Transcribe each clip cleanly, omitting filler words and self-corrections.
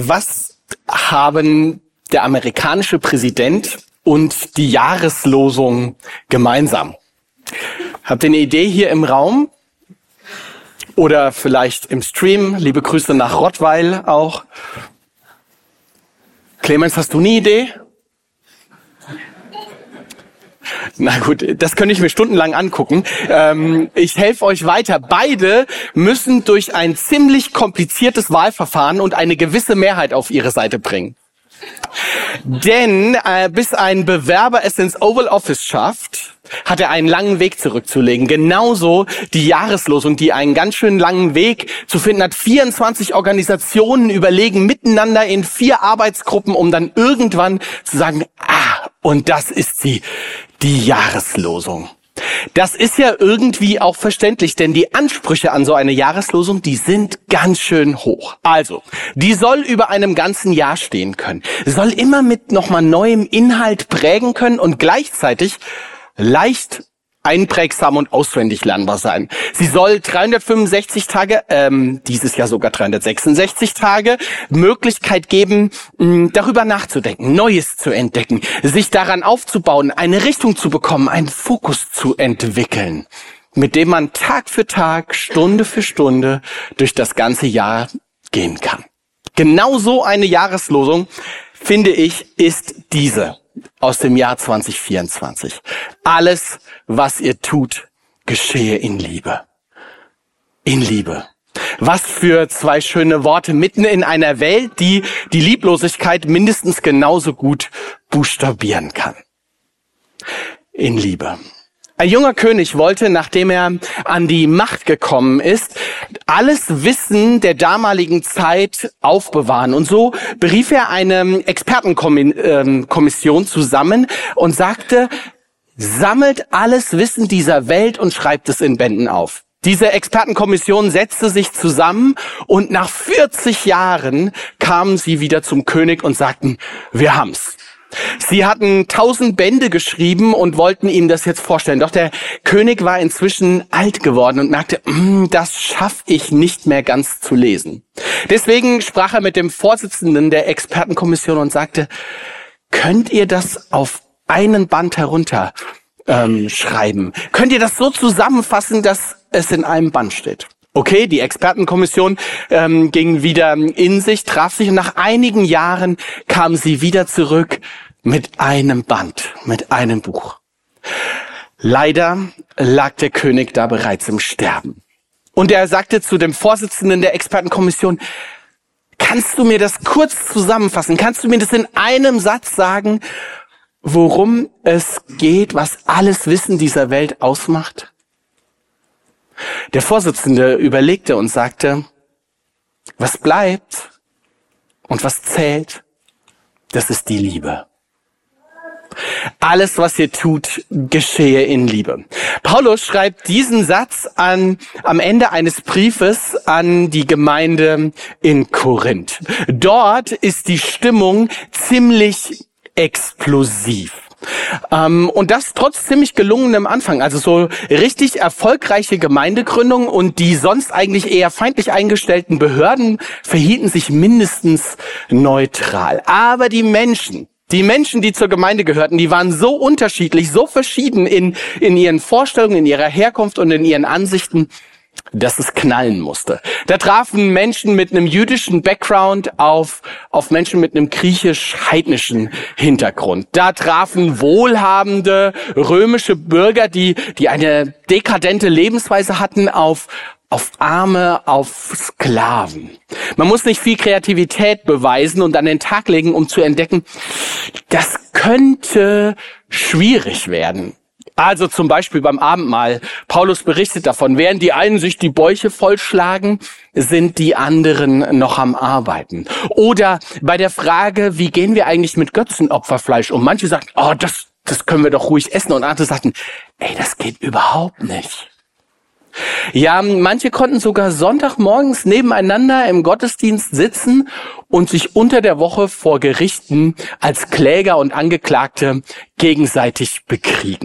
Was haben der amerikanische Präsident und die Jahreslosung gemeinsam? Habt ihr eine Idee hier im Raum? Oder vielleicht im Stream? Liebe Grüße nach Rottweil auch. Clemens, hast du eine Idee? Na gut, das könnte ich mir stundenlang angucken. Ich helfe euch weiter. Beide müssen durch ein ziemlich kompliziertes Wahlverfahren und eine gewisse Mehrheit auf ihre Seite bringen. Denn bis ein Bewerber es ins Oval Office schafft, hat er einen langen Weg zurückzulegen. Genauso die Jahreslosung, die einen ganz schön langen Weg zu finden hat. 24 Organisationen überlegen miteinander in 4 Arbeitsgruppen, um dann irgendwann zu sagen, und das ist sie, die Jahreslosung. Das ist ja irgendwie auch verständlich, denn die Ansprüche an so eine Jahreslosung, die sind ganz schön hoch. Also, die soll über einem ganzen Jahr stehen können, soll immer mit nochmal neuem Inhalt prägen können und gleichzeitig leicht einprägsam und auswendig lernbar sein. Sie soll 365 Tage, dieses Jahr sogar 366 Tage, Möglichkeit geben, darüber nachzudenken, Neues zu entdecken, sich daran aufzubauen, eine Richtung zu bekommen, einen Fokus zu entwickeln, mit dem man Tag für Tag, Stunde für Stunde durch das ganze Jahr gehen kann. Genau so eine Jahreslosung, finde ich, ist diese aus dem Jahr 2024. Alles, was ihr tut, geschehe in Liebe. In Liebe. Was für 2 schöne Worte mitten in einer Welt, die die Lieblosigkeit mindestens genauso gut buchstabieren kann. In Liebe. Ein junger König wollte, nachdem er an die Macht gekommen ist, alles Wissen der damaligen Zeit aufbewahren. Und so berief er eine Expertenkommission zusammen und sagte, sammelt alles Wissen dieser Welt und schreibt es in Bänden auf. Diese Expertenkommission setzte sich zusammen und nach 40 Jahren kamen sie wieder zum König und sagten, wir haben's. Sie hatten 1000 Bände geschrieben und wollten ihm das jetzt vorstellen. Doch der König war inzwischen alt geworden und merkte, das schaffe ich nicht mehr ganz zu lesen. Deswegen sprach er mit dem Vorsitzenden der Expertenkommission und sagte, könnt ihr das auf einen Band herunter schreiben? Könnt ihr das so zusammenfassen, dass es in einem Band steht? Okay, die Expertenkommission ging wieder in sich, traf sich und nach einigen Jahren kam sie wieder zurück mit einem Band, mit einem Buch. Leider lag der König da bereits im Sterben. Und er sagte zu dem Vorsitzenden der Expertenkommission, kannst du mir das kurz zusammenfassen? Kannst du mir das in einem Satz sagen, worum es geht, was alles Wissen dieser Welt ausmacht? Der Vorsitzende überlegte und sagte, was bleibt und was zählt, das ist die Liebe. Alles, was ihr tut, geschehe in Liebe. Paulus schreibt diesen Satz am Ende eines Briefes an die Gemeinde in Korinth. Dort ist die Stimmung ziemlich explosiv. Und das trotz ziemlich gelungenem Anfang. Also so richtig erfolgreiche Gemeindegründung und die sonst eigentlich eher feindlich eingestellten Behörden verhielten sich mindestens neutral. Aber die Menschen, die zur Gemeinde gehörten, die waren so unterschiedlich, so verschieden in ihren Vorstellungen, in ihrer Herkunft und in ihren Ansichten, dass es knallen musste. Da trafen Menschen mit einem jüdischen Background auf Menschen mit einem griechisch-heidnischen Hintergrund. Da trafen wohlhabende römische Bürger, die eine dekadente Lebensweise hatten, auf Arme, auf Sklaven. Man muss nicht viel Kreativität beweisen und an den Tag legen, um zu entdecken, das könnte schwierig werden. Also zum Beispiel beim Abendmahl. Paulus berichtet davon, während die einen sich die Bäuche vollschlagen, sind die anderen noch am Arbeiten. Oder bei der Frage, wie gehen wir eigentlich mit Götzenopferfleisch um? Manche sagten, das können wir doch ruhig essen. Und andere sagten, das geht überhaupt nicht. Ja, manche konnten sogar Sonntagmorgens nebeneinander im Gottesdienst sitzen und sich unter der Woche vor Gerichten als Kläger und Angeklagte gegenseitig bekriegen.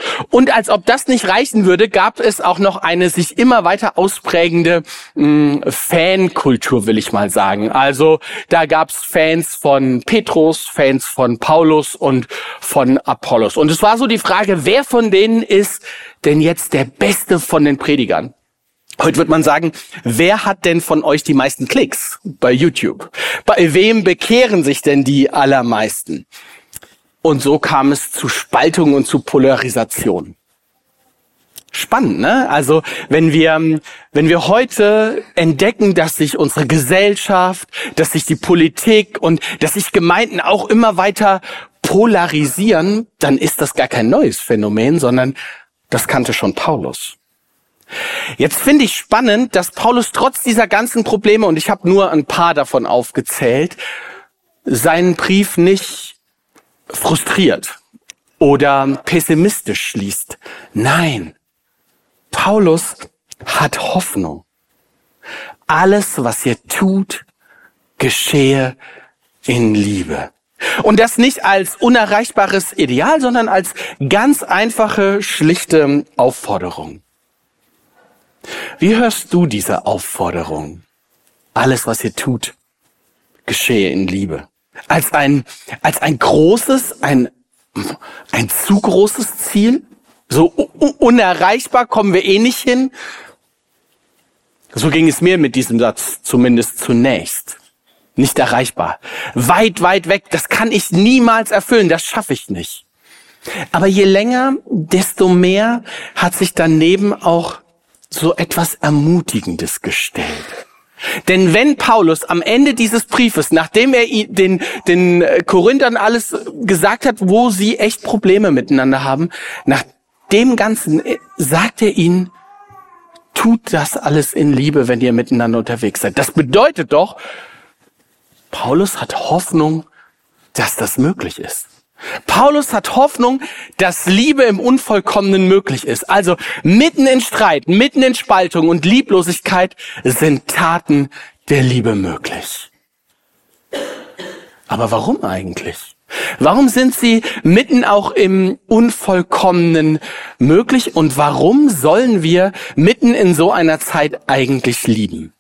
Und als ob das nicht reichen würde, gab es auch noch eine sich immer weiter ausprägende Fankultur, will ich mal sagen. Also da gab's Fans von Petrus, Fans von Paulus und von Apollos. Und es war so die Frage, wer von denen ist denn jetzt der Beste von den Predigern? Heute wird man sagen, wer hat denn von euch die meisten Klicks bei YouTube? Bei wem bekehren sich denn die allermeisten? Und so kam es zu Spaltung und zu Polarisation. Spannend, ne? Also wenn wir heute entdecken, dass sich unsere Gesellschaft, dass sich die Politik und dass sich Gemeinden auch immer weiter polarisieren, dann ist das gar kein neues Phänomen, sondern das kannte schon Paulus. Jetzt finde ich spannend, dass Paulus trotz dieser ganzen Probleme, und ich habe nur ein paar davon aufgezählt, seinen Brief nicht frustriert oder pessimistisch schließt. Nein, Paulus hat Hoffnung. Alles, was ihr tut, geschehe in Liebe. Und das nicht als unerreichbares Ideal, sondern als ganz einfache, schlichte Aufforderung. Wie hörst du diese Aufforderung? Alles, was ihr tut, geschehe in Liebe. Als ein großes, ein zu großes Ziel? So unerreichbar, kommen wir eh nicht hin? So ging es mir mit diesem Satz, zumindest zunächst. Nicht erreichbar. Weit, weit weg, das kann ich niemals erfüllen, das schaffe ich nicht. Aber je länger, desto mehr hat sich daneben auch so etwas Ermutigendes gestellt. Denn wenn Paulus am Ende dieses Briefes, nachdem er den Korinthern alles gesagt hat, wo sie echt Probleme miteinander haben, nach dem Ganzen sagt er ihnen, tut das alles in Liebe, wenn ihr miteinander unterwegs seid. Das bedeutet doch, Paulus hat Hoffnung, dass das möglich ist. Paulus hat Hoffnung, dass Liebe im Unvollkommenen möglich ist. Also mitten in Streit, mitten in Spaltung und Lieblosigkeit sind Taten der Liebe möglich. Aber warum eigentlich? Warum sind sie mitten auch im Unvollkommenen möglich? Und warum sollen wir mitten in so einer Zeit eigentlich lieben?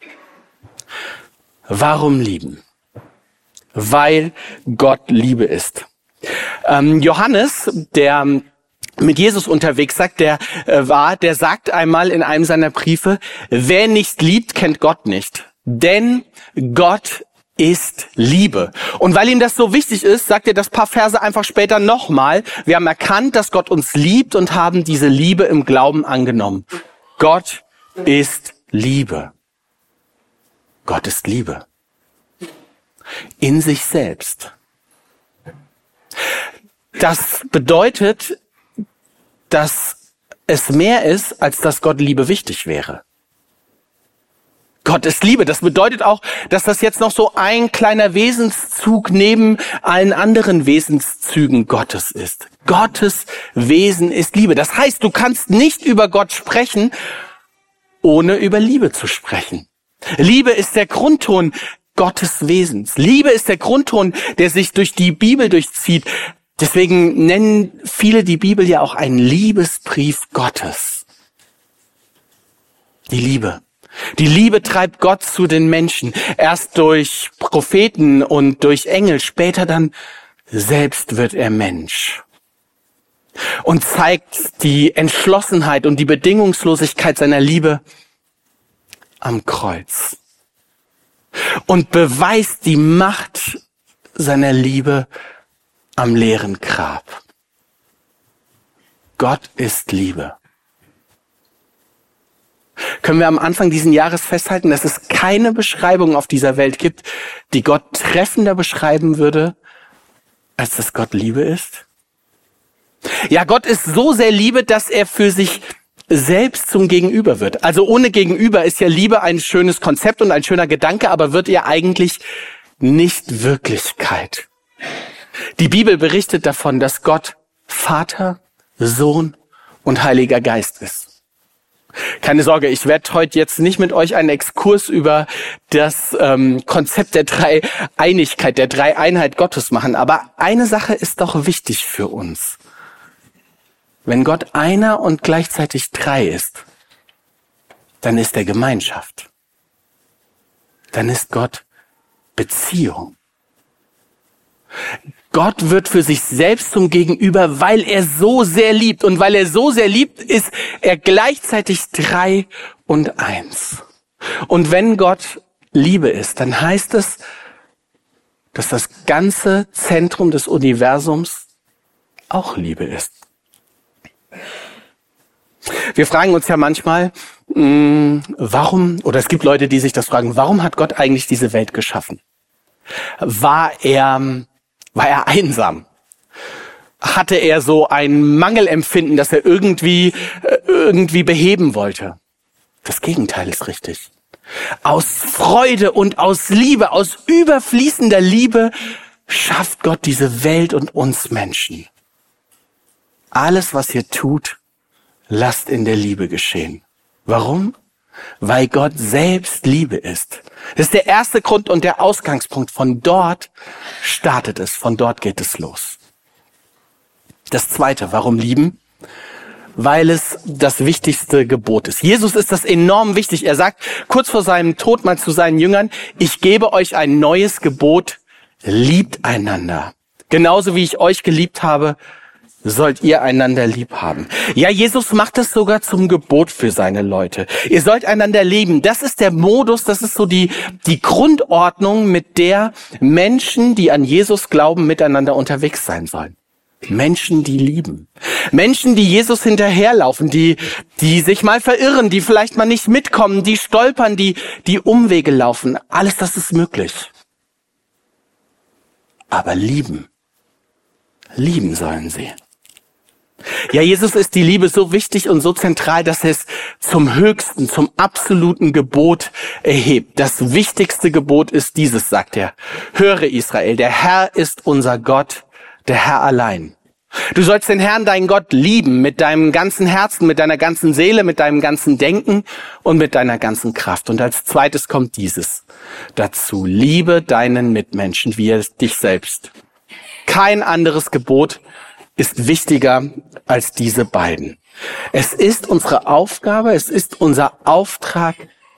Warum lieben? Weil Gott Liebe ist. Johannes, der mit Jesus unterwegs der sagt einmal in einem seiner Briefe, wer nicht liebt, kennt Gott nicht. Denn Gott ist Liebe. Und weil ihm das so wichtig ist, sagt er das paar Verse einfach später nochmal. Wir haben erkannt, dass Gott uns liebt und haben diese Liebe im Glauben angenommen. Gott ist Liebe. Gott ist Liebe. In sich selbst. Das bedeutet, dass es mehr ist, als dass Gott Liebe wichtig wäre. Gott ist Liebe. Das bedeutet auch, dass das jetzt noch so ein kleiner Wesenszug neben allen anderen Wesenszügen Gottes ist. Gottes Wesen ist Liebe. Das heißt, du kannst nicht über Gott sprechen, ohne über Liebe zu sprechen. Liebe ist der Grundton Gottes Wesens. Liebe ist der Grundton, der sich durch die Bibel durchzieht. Deswegen nennen viele die Bibel ja auch einen Liebesbrief Gottes. Die Liebe. Die Liebe treibt Gott zu den Menschen. Erst durch Propheten und durch Engel, später dann selbst wird er Mensch. Und zeigt die Entschlossenheit und die Bedingungslosigkeit seiner Liebe am Kreuz. Und beweist die Macht seiner Liebe am leeren Grab. Gott ist Liebe. Können wir am Anfang dieses Jahres festhalten, dass es keine Beschreibung auf dieser Welt gibt, die Gott treffender beschreiben würde, als dass Gott Liebe ist? Ja, Gott ist so sehr Liebe, dass er für sich selbst zum Gegenüber wird. Also ohne Gegenüber ist ja Liebe ein schönes Konzept und ein schöner Gedanke, aber wird ihr eigentlich nicht Wirklichkeit. Die Bibel berichtet davon, dass Gott Vater, Sohn und Heiliger Geist ist. Keine Sorge, ich werde heute jetzt nicht mit euch einen Exkurs über das Konzept der Dreieinigkeit, der Dreieinheit Gottes machen, aber eine Sache ist doch wichtig für uns. Wenn Gott einer und gleichzeitig drei ist, dann ist er Gemeinschaft. Dann ist Gott Beziehung. Gott wird für sich selbst zum Gegenüber, weil er so sehr liebt. Und weil er so sehr liebt, ist er gleichzeitig 3 und 1. Und wenn Gott Liebe ist, dann heißt es, dass das ganze Zentrum des Universums auch Liebe ist. Wir fragen uns ja manchmal, warum, oder es gibt Leute, die sich das fragen, warum hat Gott eigentlich diese Welt geschaffen? War er einsam? Hatte er so ein Mangelempfinden, das er irgendwie beheben wollte? Das Gegenteil ist richtig. Aus Freude und aus Liebe, aus überfließender Liebe schafft Gott diese Welt und uns Menschen. Alles, was ihr tut, lasst in der Liebe geschehen. Warum? Weil Gott selbst Liebe ist. Das ist der erste Grund und der Ausgangspunkt. Von dort startet es, von dort geht es los. Das zweite, warum lieben? Weil es das wichtigste Gebot ist. Jesus ist das enorm wichtig. Er sagt kurz vor seinem Tod mal zu seinen Jüngern, ich gebe euch ein neues Gebot, liebt einander. Genauso wie ich euch geliebt habe, sollt ihr einander lieb haben. Ja, Jesus macht es sogar zum Gebot für seine Leute. Ihr sollt einander lieben. Das ist der Modus, das ist so die Grundordnung, mit der Menschen, die an Jesus glauben, miteinander unterwegs sein sollen. Menschen, die lieben. Menschen, die Jesus hinterherlaufen, die sich mal verirren, die vielleicht mal nicht mitkommen, die stolpern, die Umwege laufen. Alles das ist möglich. Aber lieben. Lieben sollen sie. Ja, Jesus ist die Liebe so wichtig und so zentral, dass er es zum höchsten, zum absoluten Gebot erhebt. Das wichtigste Gebot ist dieses, sagt er. Höre Israel, der Herr ist unser Gott, der Herr allein. Du sollst den Herrn, deinen Gott, lieben mit deinem ganzen Herzen, mit deiner ganzen Seele, mit deinem ganzen Denken und mit deiner ganzen Kraft. Und als zweites kommt dieses dazu. Liebe deinen Mitmenschen wie dich selbst. Kein anderes Gebot ist wichtiger als diese beiden. Es ist unsere Aufgabe, es ist unser Auftrag,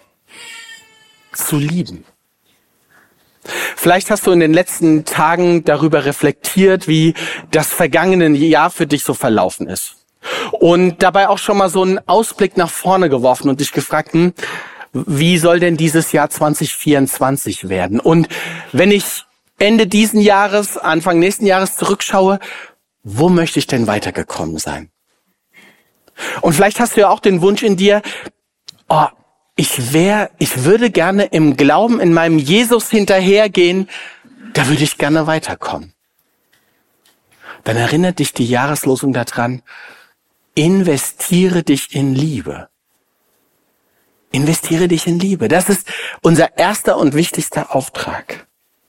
zu lieben. Vielleicht hast du in den letzten Tagen darüber reflektiert, wie das vergangene Jahr für dich so verlaufen ist. Und dabei auch schon mal so einen Ausblick nach vorne geworfen und dich gefragt, wie soll denn dieses Jahr 2024 werden? Und wenn ich Ende diesen Jahres, Anfang nächsten Jahres zurückschaue, wo möchte ich denn weitergekommen sein? Und vielleicht hast du ja auch den Wunsch in dir, ich würde gerne im Glauben in meinem Jesus hinterhergehen, da würde ich gerne weiterkommen. Dann erinnert dich die Jahreslosung daran, investiere dich in Liebe. Investiere dich in Liebe. Das ist unser erster und wichtigster Auftrag.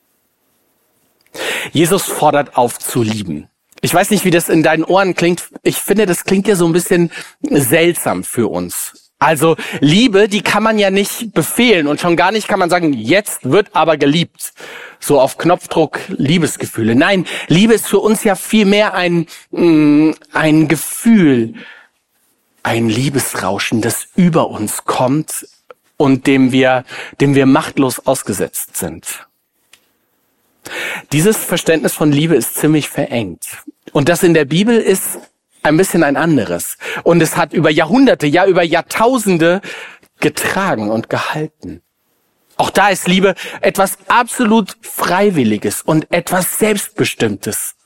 Jesus fordert auf zu lieben. Ich weiß nicht, wie das in deinen Ohren klingt. Ich finde, das klingt ja so ein bisschen seltsam für uns. Also Liebe, die kann man ja nicht befehlen und schon gar nicht kann man sagen, jetzt wird aber geliebt. So auf Knopfdruck Liebesgefühle. Nein, Liebe ist für uns ja viel mehr ein Gefühl, ein Liebesrauschen, das über uns kommt und dem wir machtlos ausgesetzt sind. Dieses Verständnis von Liebe ist ziemlich verengt. Und das in der Bibel ist ein bisschen ein anderes. Und es hat über Jahrhunderte, ja über Jahrtausende getragen und gehalten. Auch da ist Liebe etwas absolut Freiwilliges und etwas Selbstbestimmtes.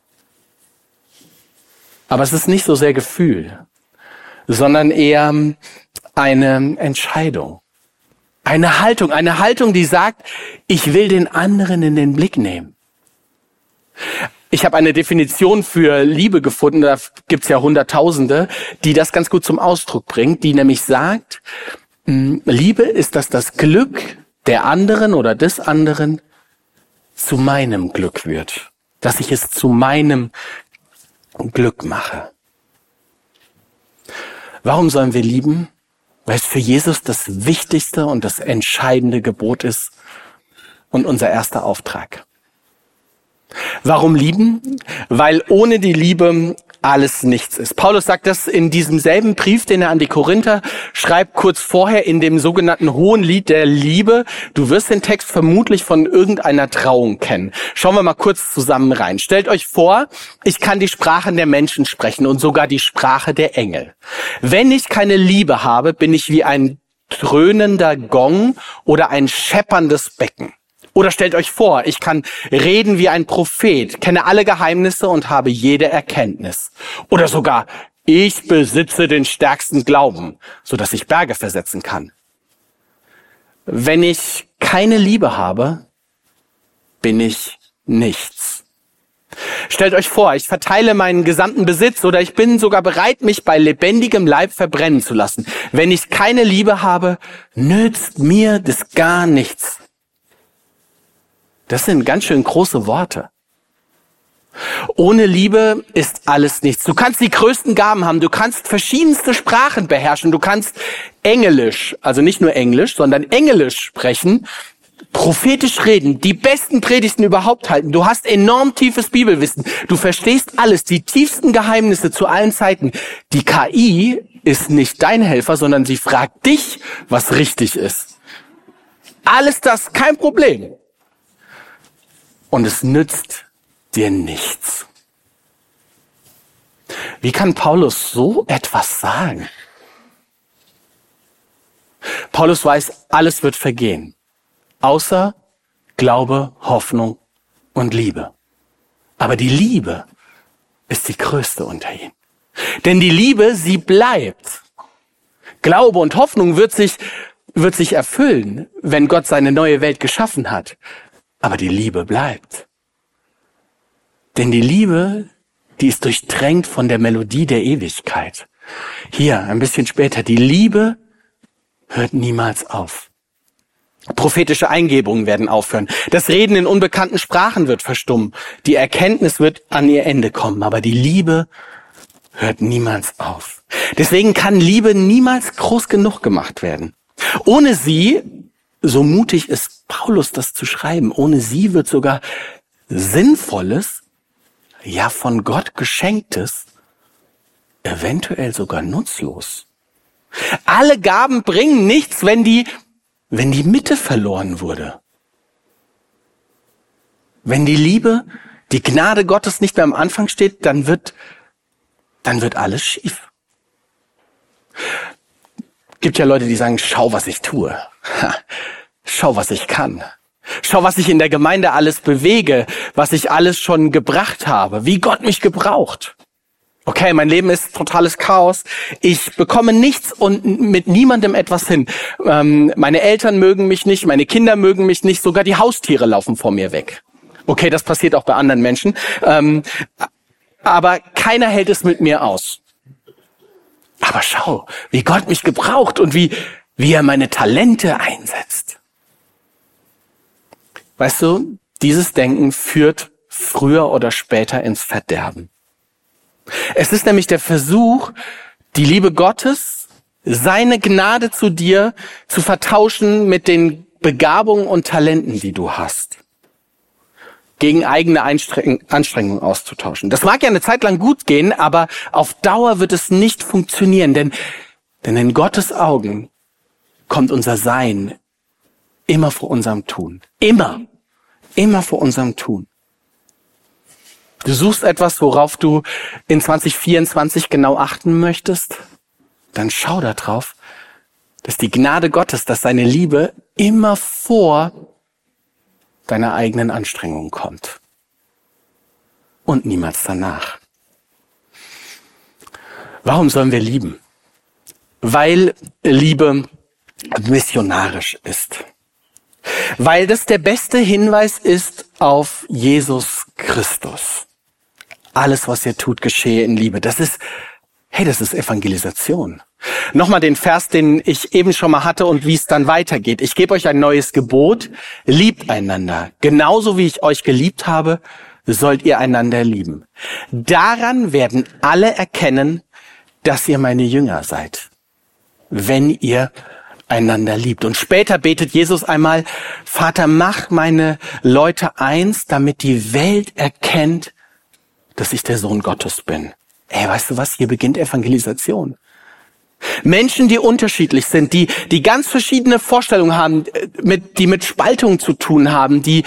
Aber es ist nicht so sehr Gefühl, sondern eher eine Entscheidung. Eine Haltung, die sagt, ich will den anderen in den Blick nehmen. Ich habe eine Definition für Liebe gefunden, da gibt's ja Hunderttausende, die das ganz gut zum Ausdruck bringt, die nämlich sagt, Liebe ist, dass das Glück der anderen oder des anderen zu meinem Glück wird. Dass ich es zu meinem Glück mache. Warum sollen wir lieben? Weil es für Jesus das wichtigste und das entscheidende Gebot ist und unser erster Auftrag. Warum lieben? Weil ohne die Liebe alles nichts ist. Paulus sagt das in diesem selben Brief, den er an die Korinther schreibt, kurz vorher in dem sogenannten Hohenlied der Liebe. Du wirst den Text vermutlich von irgendeiner Trauung kennen. Schauen wir mal kurz zusammen rein. Stellt euch vor, ich kann die Sprachen der Menschen sprechen und sogar die Sprache der Engel. Wenn ich keine Liebe habe, bin ich wie ein dröhnender Gong oder ein schepperndes Becken. Oder stellt euch vor, ich kann reden wie ein Prophet, kenne alle Geheimnisse und habe jede Erkenntnis. Oder sogar, ich besitze den stärksten Glauben, sodass ich Berge versetzen kann. Wenn ich keine Liebe habe, bin ich nichts. Stellt euch vor, ich verteile meinen gesamten Besitz oder ich bin sogar bereit, mich bei lebendigem Leib verbrennen zu lassen. Wenn ich keine Liebe habe, nützt mir das gar nichts. Das sind ganz schön große Worte. Ohne Liebe ist alles nichts. Du kannst die größten Gaben haben, du kannst verschiedenste Sprachen beherrschen, du kannst Englisch, also nicht nur Englisch, sondern Englisch sprechen, prophetisch reden, die besten Predigten überhaupt halten. Du hast enorm tiefes Bibelwissen, du verstehst alles, die tiefsten Geheimnisse zu allen Zeiten. Die KI ist nicht dein Helfer, sondern sie fragt dich, was richtig ist. Alles das, kein Problem. Und es nützt dir nichts. Wie kann Paulus so etwas sagen? Paulus weiß, alles wird vergehen, außer Glaube, Hoffnung und Liebe. Aber die Liebe ist die größte unter ihnen. Denn die Liebe, sie bleibt. Glaube und Hoffnung wird sich erfüllen, wenn Gott seine neue Welt geschaffen hat. Aber die Liebe bleibt. Denn die Liebe, die ist durchdrängt von der Melodie der Ewigkeit. Hier, ein bisschen später, die Liebe hört niemals auf. Prophetische Eingebungen werden aufhören. Das Reden in unbekannten Sprachen wird verstummen. Die Erkenntnis wird an ihr Ende kommen. Aber die Liebe hört niemals auf. Deswegen kann Liebe niemals groß genug gemacht werden. Ohne sie, so mutig ist Paulus, das zu schreiben, ohne sie wird sogar Sinnvolles, ja von Gott Geschenktes, eventuell sogar nutzlos. Alle Gaben bringen nichts, wenn die Mitte verloren wurde. Wenn die Liebe, die Gnade Gottes nicht mehr am Anfang steht, dann wird alles schief. Gibt ja Leute, die sagen, schau, was ich tue. Schau, was ich kann. Schau, was ich in der Gemeinde alles bewege, was ich alles schon gebracht habe, wie Gott mich gebraucht. Okay, mein Leben ist totales Chaos. Ich bekomme nichts und mit niemandem etwas hin. Meine Eltern mögen mich nicht, meine Kinder mögen mich nicht, sogar die Haustiere laufen vor mir weg. Okay, das passiert auch bei anderen Menschen. Aber keiner hält es mit mir aus. Aber schau, wie Gott mich gebraucht und wie er meine Talente einsetzt. Weißt du, dieses Denken führt früher oder später ins Verderben. Es ist nämlich der Versuch, die Liebe Gottes, seine Gnade zu dir zu vertauschen mit den Begabungen und Talenten, die du hast. Gegen eigene Anstrengungen auszutauschen. Das mag ja eine Zeit lang gut gehen, aber auf Dauer wird es nicht funktionieren, denn in Gottes Augen kommt unser Sein immer vor unserem Tun. Immer vor unserem Tun. Du suchst etwas, worauf du in 2024 genau achten möchtest, dann schau da drauf, dass die Gnade Gottes, dass seine Liebe immer vor deiner eigenen Anstrengung kommt. Und niemals danach. Warum sollen wir lieben? Weil Liebe missionarisch ist. Weil das der beste Hinweis ist auf Jesus Christus. Alles, was ihr tut, geschehe in Liebe. Das ist Evangelisation. Nochmal den Vers, den ich eben schon mal hatte und wie es dann weitergeht. Ich gebe euch ein neues Gebot. Liebt einander. Genauso wie ich euch geliebt habe, sollt ihr einander lieben. Daran werden alle erkennen, dass ihr meine Jünger seid. Wenn ihr einander liebt. Und später betet Jesus einmal, Vater, mach meine Leute eins, damit die Welt erkennt, dass ich der Sohn Gottes bin. Weißt du was? Hier beginnt Evangelisation. Menschen, die unterschiedlich sind, die ganz verschiedene Vorstellungen haben, die mit Spaltung zu tun haben, die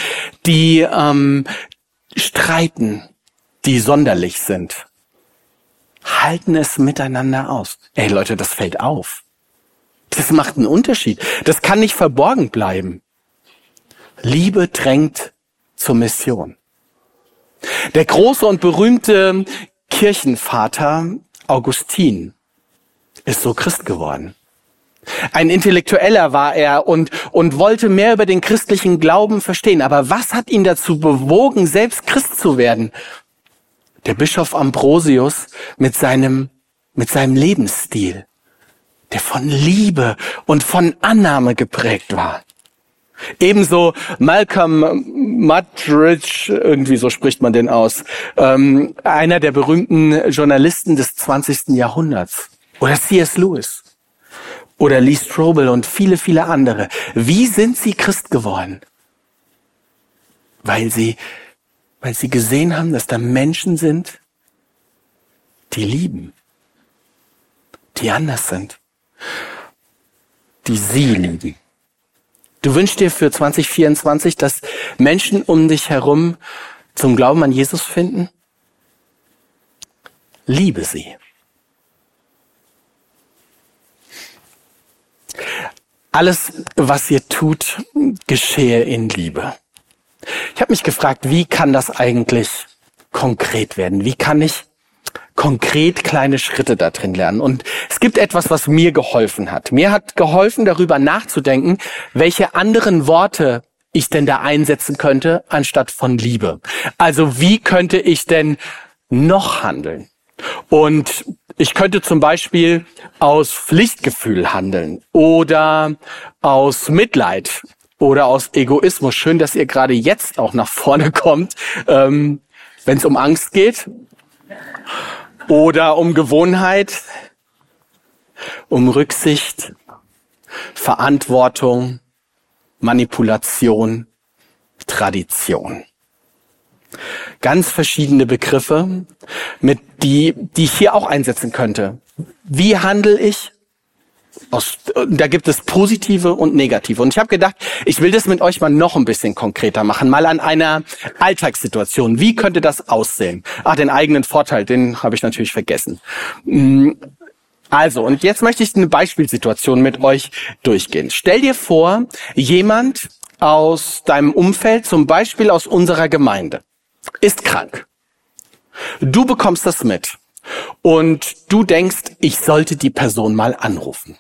streiten, die sonderlich sind, halten es miteinander aus. Leute, das fällt auf. Das macht einen Unterschied. Das kann nicht verborgen bleiben. Liebe drängt zur Mission. Der große und berühmte Kirchenvater Augustin ist so Christ geworden. Ein Intellektueller war er und wollte mehr über den christlichen Glauben verstehen. Aber was hat ihn dazu bewogen, selbst Christ zu werden? Der Bischof Ambrosius mit seinem Lebensstil, der von Liebe und von Annahme geprägt war. Ebenso Malcolm Muggeridge, irgendwie so spricht man den aus, einer der berühmten Journalisten des 20. Jahrhunderts. Oder C.S. Lewis. Oder Lee Strobel und viele, viele andere. Wie sind sie Christ geworden? Weil sie gesehen haben, dass da Menschen sind, die lieben, die anders sind, die sie lieben. Du wünschst dir für 2024, dass Menschen um dich herum zum Glauben an Jesus finden? Liebe sie. Alles, was ihr tut, geschehe in Liebe. Ich habe mich gefragt, wie kann das eigentlich konkret werden? Wie kann ich konkret kleine Schritte da drin lernen? Und es gibt etwas, was mir geholfen hat. Mir hat geholfen, darüber nachzudenken, welche anderen Worte ich denn da einsetzen könnte, anstatt von Liebe. Also wie könnte ich denn noch handeln? Und ich könnte zum Beispiel aus Pflichtgefühl handeln oder aus Mitleid oder aus Egoismus. Schön, dass ihr gerade jetzt auch nach vorne kommt, wenn es um Angst geht oder um Gewohnheit, um Rücksicht, Verantwortung, Manipulation, Tradition. Ganz verschiedene Begriffe, die ich hier auch einsetzen könnte. Wie handle ich? Da gibt es positive und negative. Und ich habe gedacht, ich will das mit euch mal noch ein bisschen konkreter machen, mal an einer Alltagssituation. Wie könnte das aussehen? Den eigenen Vorteil, den habe ich natürlich vergessen. Also, und jetzt möchte ich eine Beispielsituation mit euch durchgehen. Stell dir vor, jemand aus deinem Umfeld, zum Beispiel aus unserer Gemeinde, ist krank. Du bekommst das mit und du denkst, ich sollte die Person mal anrufen.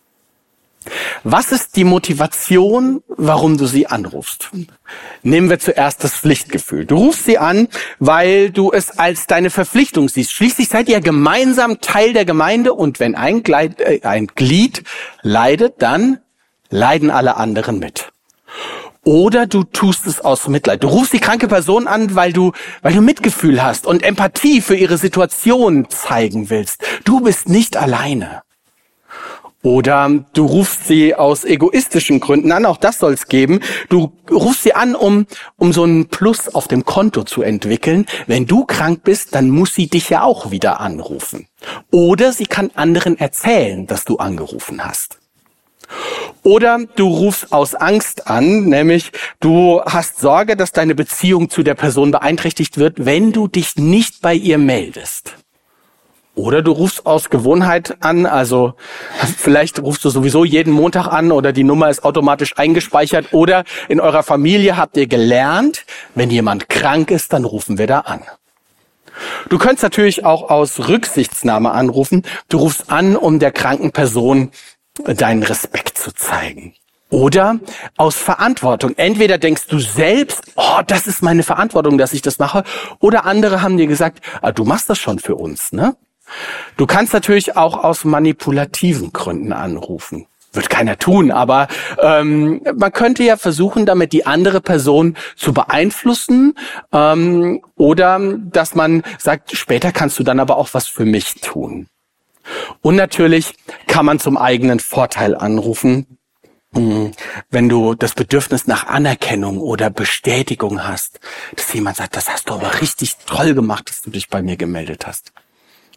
Was ist die Motivation, warum du sie anrufst? Nehmen wir zuerst das Pflichtgefühl. Du rufst sie an, weil du es als deine Verpflichtung siehst. Schließlich seid ihr gemeinsam Teil der Gemeinde und wenn ein Glied leidet, dann leiden alle anderen mit. Oder du tust es aus Mitleid. Du rufst die kranke Person an, weil du Mitgefühl hast und Empathie für ihre Situation zeigen willst. Du bist nicht alleine. Oder du rufst sie aus egoistischen Gründen an, auch das soll es geben. Du rufst sie an, um so einen Plus auf dem Konto zu entwickeln. Wenn du krank bist, dann muss sie dich ja auch wieder anrufen. Oder sie kann anderen erzählen, dass du angerufen hast. Oder du rufst aus Angst an, nämlich du hast Sorge, dass deine Beziehung zu der Person beeinträchtigt wird, wenn du dich nicht bei ihr meldest. Oder du rufst aus Gewohnheit an, also vielleicht rufst du sowieso jeden Montag an oder die Nummer ist automatisch eingespeichert. Oder in eurer Familie habt ihr gelernt, wenn jemand krank ist, dann rufen wir da an. Du könntest natürlich auch aus Rücksichtnahme anrufen. Du rufst an, um der kranken Person deinen Respekt zu zeigen. Oder aus Verantwortung. Entweder denkst du selbst, das ist meine Verantwortung, dass ich das mache. Oder andere haben dir gesagt, du machst das schon für uns, ne? Du kannst natürlich auch aus manipulativen Gründen anrufen. Wird keiner tun, aber man könnte ja versuchen, damit die andere Person zu beeinflussen oder dass man sagt, später kannst du dann aber auch was für mich tun. Und natürlich kann man zum eigenen Vorteil anrufen, wenn du das Bedürfnis nach Anerkennung oder Bestätigung hast, dass jemand sagt, das hast du aber richtig toll gemacht, dass du dich bei mir gemeldet hast.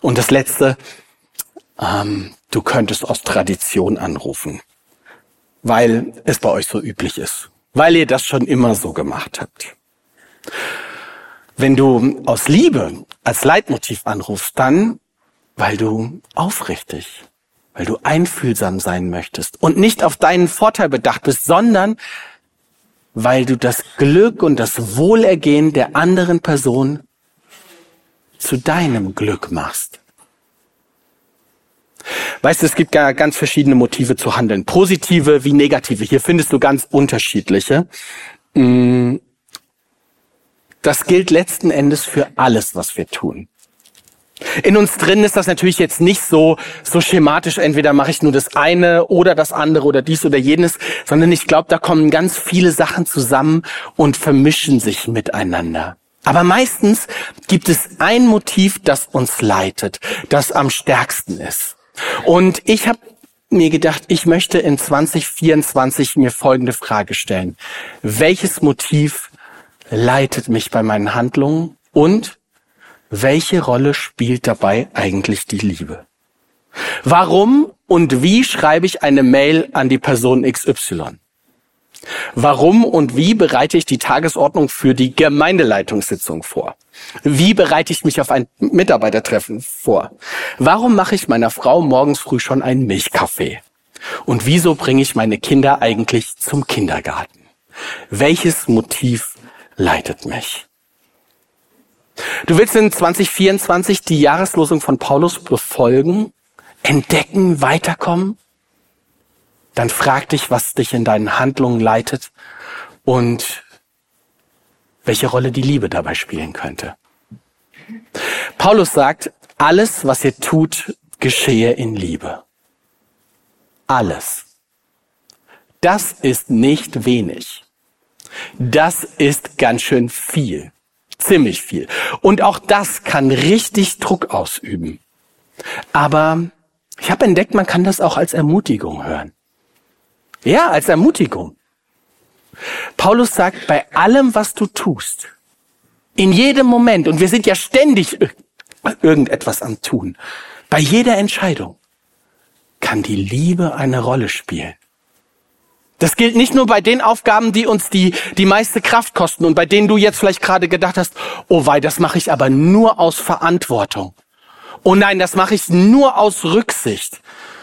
Und das Letzte, du könntest aus Tradition anrufen, weil es bei euch so üblich ist, weil ihr das schon immer so gemacht habt. Wenn du aus Liebe als Leitmotiv anrufst, dann, weil du aufrichtig, weil du einfühlsam sein möchtest und nicht auf deinen Vorteil bedacht bist, sondern weil du das Glück und das Wohlergehen der anderen Person zu deinem Glück machst. Weißt du, es gibt ja ganz verschiedene Motive zu handeln. Positive wie negative. Hier findest du ganz unterschiedliche. Das gilt letzten Endes für alles, was wir tun. In uns drin ist das natürlich jetzt nicht so schematisch, entweder mache ich nur das eine oder das andere oder dies oder jenes, sondern ich glaube, da kommen ganz viele Sachen zusammen und vermischen sich miteinander. Aber meistens gibt es ein Motiv, das uns leitet, das am stärksten ist. Und ich habe mir gedacht, ich möchte in 2024 mir folgende Frage stellen. Welches Motiv leitet mich bei meinen Handlungen und welche Rolle spielt dabei eigentlich die Liebe? Warum und wie schreibe ich eine Mail an die Person XY? Warum und wie bereite ich die Tagesordnung für die Gemeindeleitungssitzung vor? Wie bereite ich mich auf ein Mitarbeitertreffen vor? Warum mache ich meiner Frau morgens früh schon einen Milchkaffee? Und wieso bringe ich meine Kinder eigentlich zum Kindergarten? Welches Motiv leitet mich? Du willst in 2024 die Jahreslosung von Paulus befolgen, entdecken, weiterkommen? Dann frag dich, was dich in deinen Handlungen leitet und welche Rolle die Liebe dabei spielen könnte. Paulus sagt, alles, was ihr tut, geschehe in Liebe. Alles. Das ist nicht wenig. Das ist ganz schön viel. Ziemlich viel. Und auch das kann richtig Druck ausüben. Aber ich habe entdeckt, man kann das auch als Ermutigung hören. Ja, als Ermutigung. Paulus sagt, bei allem, was du tust, in jedem Moment, und wir sind ja ständig irgendetwas am Tun, bei jeder Entscheidung kann die Liebe eine Rolle spielen. Das gilt nicht nur bei den Aufgaben, die uns die meiste Kraft kosten und bei denen du jetzt vielleicht gerade gedacht hast, oh wei, das mache ich aber nur aus Verantwortung. Oh nein, das mache ich nur aus Rücksicht.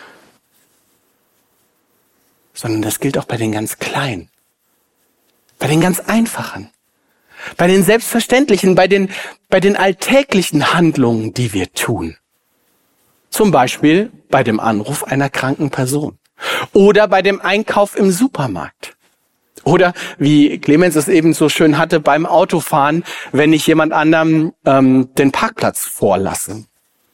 Sondern das gilt auch bei den ganz Kleinen, bei den ganz Einfachen, bei den Selbstverständlichen, bei den alltäglichen Handlungen, die wir tun. Zum Beispiel bei dem Anruf einer kranken Person oder bei dem Einkauf im Supermarkt. Oder wie Clemens es eben so schön hatte beim Autofahren, wenn ich jemand anderem den Parkplatz vorlasse.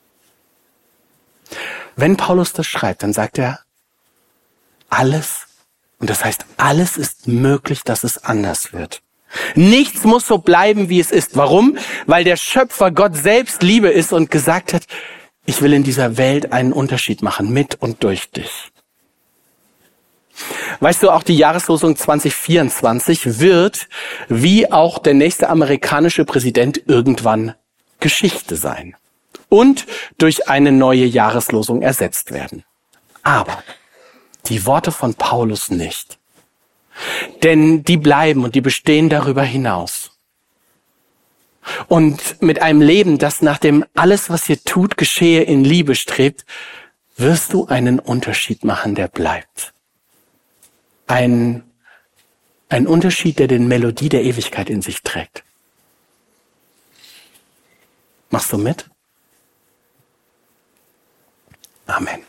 Wenn Paulus das schreibt, dann sagt er, alles, und das heißt, alles ist möglich, dass es anders wird. Nichts muss so bleiben, wie es ist. Warum? Weil der Schöpfer Gott selbst Liebe ist und gesagt hat, ich will in dieser Welt einen Unterschied machen, mit und durch dich. Weißt du, auch die Jahreslosung 2024 wird, wie auch der nächste amerikanische Präsident, irgendwann Geschichte sein und durch eine neue Jahreslosung ersetzt werden. Aber die Worte von Paulus nicht. Denn die bleiben und die bestehen darüber hinaus. Und mit einem Leben, das nach dem alles, was ihr tut, geschehe in Liebe strebt, wirst du einen Unterschied machen, der bleibt. Ein Unterschied, der den Melodie der Ewigkeit in sich trägt. Machst du mit? Amen.